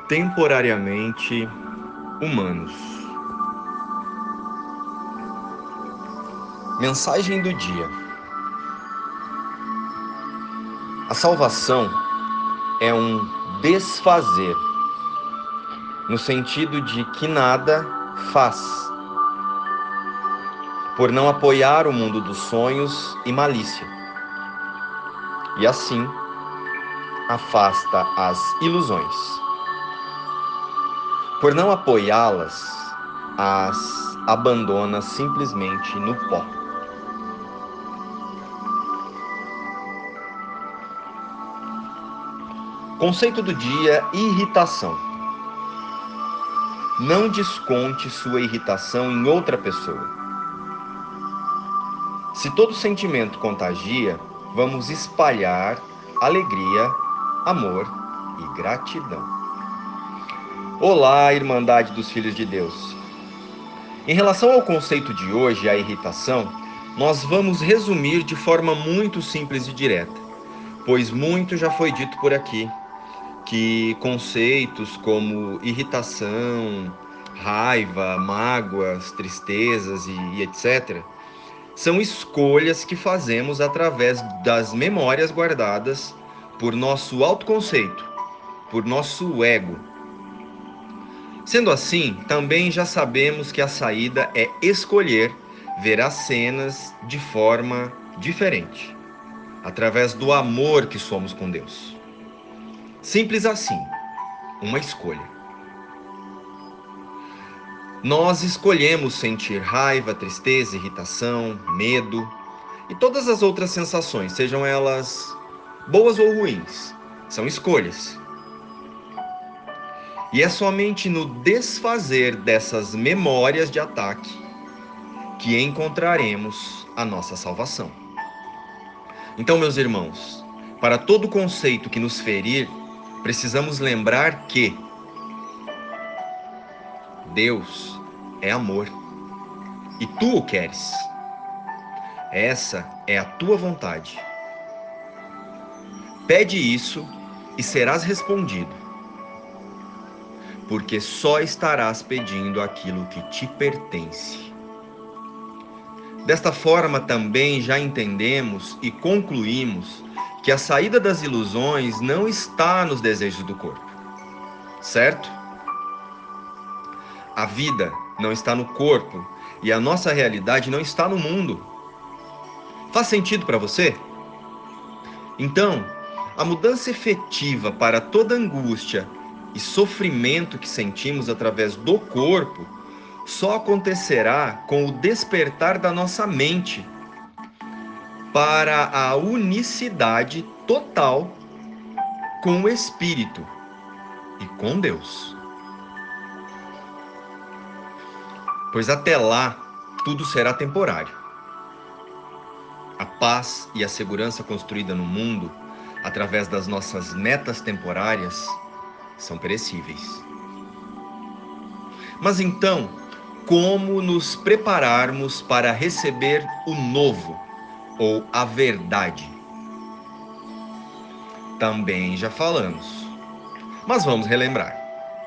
temporariamente humanos. Mensagem do dia. A salvação é um desfazer, no sentido de que nada faz, por não apoiar o mundo dos sonhos e malícia, e assim afasta as ilusões. Por não apoiá-las, as abandona simplesmente no pó. Conceito do dia: irritação. Não desconte sua irritação em outra pessoa. Se todo sentimento contagia, vamos espalhar alegria, amor e gratidão. Olá, Irmandade dos Filhos de Deus. Em relação ao conceito de hoje, a irritação, nós vamos resumir de forma muito simples e direta, pois muito já foi dito por aqui, que conceitos como irritação, raiva, mágoas, tristezas e etc., são escolhas que fazemos através das memórias guardadas por nosso autoconceito, por nosso ego. Sendo assim, também já sabemos que a saída é escolher ver as cenas de forma diferente, através do amor que somos com Deus. Simples assim, uma escolha. Nós escolhemos sentir raiva, tristeza, irritação, medo e todas as outras sensações, sejam elas boas ou ruins, são escolhas. E é somente no desfazer dessas memórias de ataque que encontraremos a nossa salvação. Então, meus irmãos, para todo conceito que nos ferir, precisamos lembrar que Deus é amor e tu o queres. Essa é a tua vontade. Pede isso e serás respondido, porque só estarás pedindo aquilo que te pertence. Desta forma, também já entendemos e concluímos que a saída das ilusões não está nos desejos do corpo, certo? A vida não está no corpo e a nossa realidade não está no mundo. Faz sentido para você? Então, a mudança efetiva para toda angústia e sofrimento que sentimos através do corpo só acontecerá com o despertar da nossa mente para a unicidade total com o Espírito e com Deus. Pois até lá, tudo será temporário. A paz e a segurança construída no mundo, através das nossas metas temporárias, são perecíveis. Mas então, como nos prepararmos para receber o novo, ou a verdade? Também já falamos, mas vamos relembrar.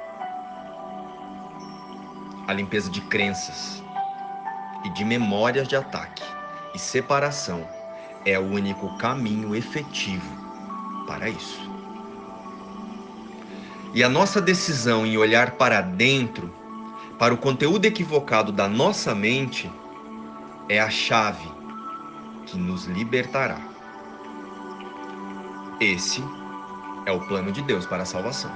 A limpeza de crenças e de memórias de ataque e separação é o único caminho efetivo para isso. E a nossa decisão em olhar para dentro, para o conteúdo equivocado da nossa mente, é a chave que nos libertará. Esse é o plano de Deus para a salvação.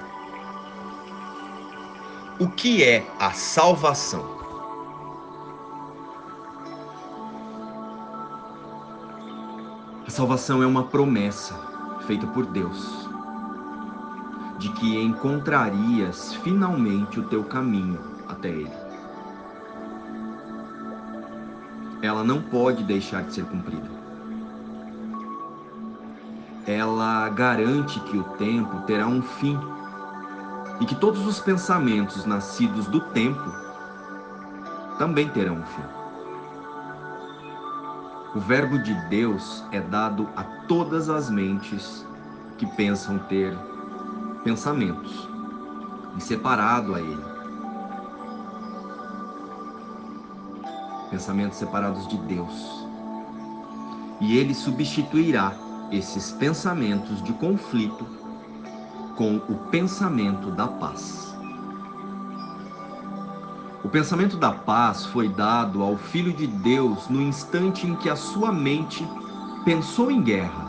O que é a salvação? A salvação é uma promessa feita por Deus de que encontrarias finalmente o teu caminho até Ele. Ela não pode deixar de ser cumprida. Ela garante que o tempo terá um fim e que todos os pensamentos nascidos do tempo também terão um fim. O verbo de Deus é dado a todas as mentes que pensam ter pensamentos, e separado a Ele. Pensamentos separados de Deus. E Ele substituirá esses pensamentos de conflito com o pensamento da paz. O pensamento da paz foi dado ao Filho de Deus no instante em que a sua mente pensou em guerra.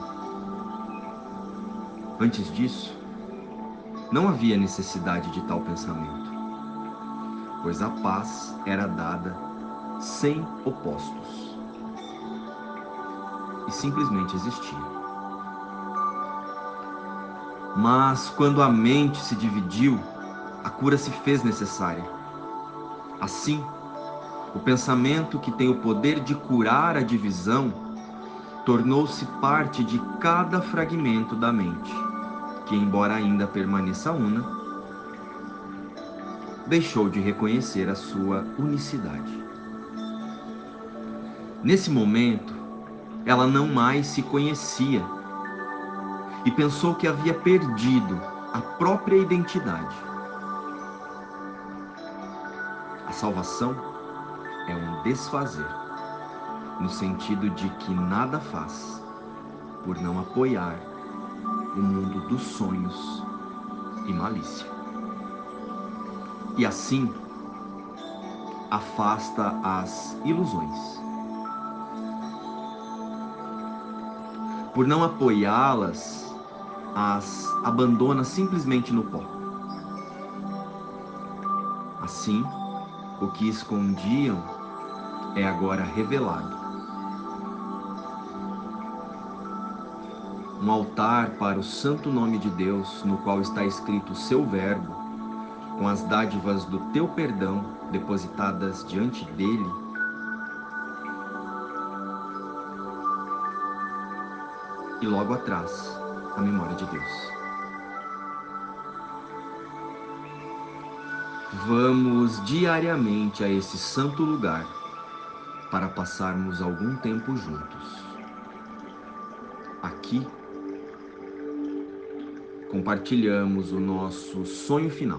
Antes disso, não havia necessidade de tal pensamento, pois a paz era dada sem opostos e simplesmente existia. Mas quando a mente se dividiu, a cura se fez necessária. Assim, o pensamento que tem o poder de curar a divisão tornou-se parte de cada fragmento da mente, que, embora ainda permaneça una, deixou de reconhecer a sua unicidade. Nesse momento, ela não mais se conhecia e pensou que havia perdido a própria identidade. A salvação é um desfazer, no sentido de que nada faz por não apoiar o mundo dos sonhos e malícia. E assim, afasta as ilusões. Por não apoiá-las, as abandona simplesmente no pó. Assim, o que escondiam é agora revelado. Um altar para o santo nome de Deus, no qual está escrito o seu verbo, com as dádivas do teu perdão depositadas diante dele, e logo atrás, a memória de Deus. Vamos diariamente a esse santo lugar para passarmos algum tempo juntos. Aqui, compartilhamos o nosso sonho final.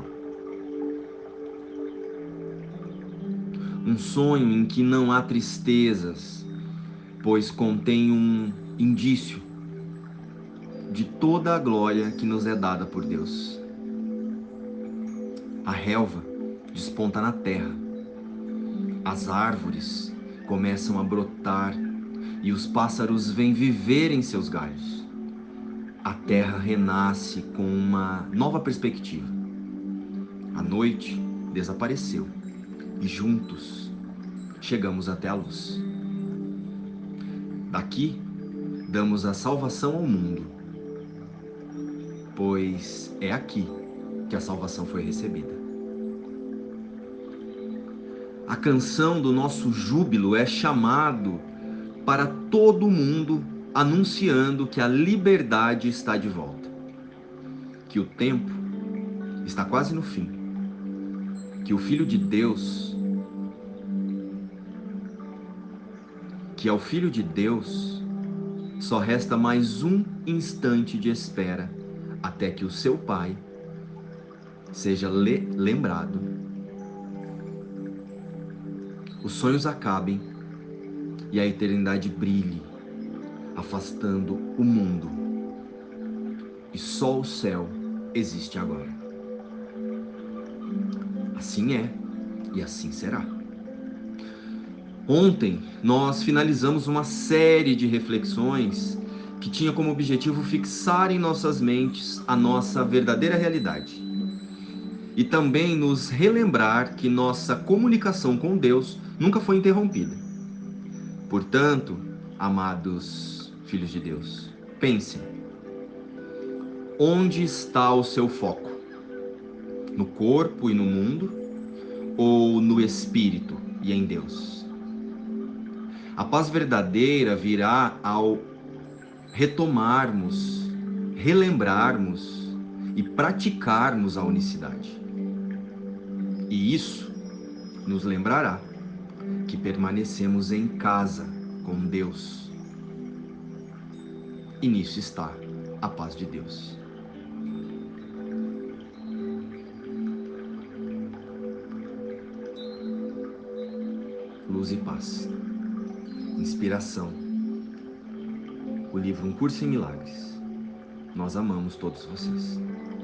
Um sonho em que não há tristezas, pois contém um indício de toda a glória que nos é dada por Deus. A relva desponta na terra, as árvores começam a brotar e os pássaros vêm viver em seus galhos. A terra renasce com uma nova perspectiva. A noite desapareceu e juntos chegamos até a luz. Daqui damos a salvação ao mundo, pois é aqui que a salvação foi recebida. A canção do nosso júbilo é chamado para todo mundo, anunciando que a liberdade está de volta, que o tempo está quase no fim, que o Filho de Deus, que ao Filho de Deus só resta mais um instante de espera até que o seu Pai seja lembrado, os sonhos acabem e a eternidade brilhe, afastando o mundo. E só o céu existe agora. Assim é e assim será. Ontem nós finalizamos uma série de reflexões que tinha como objetivo fixar em nossas mentes a nossa verdadeira realidade e também nos relembrar que nossa comunicação com Deus nunca foi interrompida. Portanto, amados filhos de Deus, pensem: onde está o seu foco? No corpo e no mundo ou no espírito e em Deus? A paz verdadeira virá ao retomarmos, relembrarmos e praticarmos a unicidade. E isso nos lembrará que permanecemos em casa com Deus. E nisso está a paz de Deus. Luz e Paz. Inspiração. O livro Um Curso em Milagres. Nós amamos todos vocês.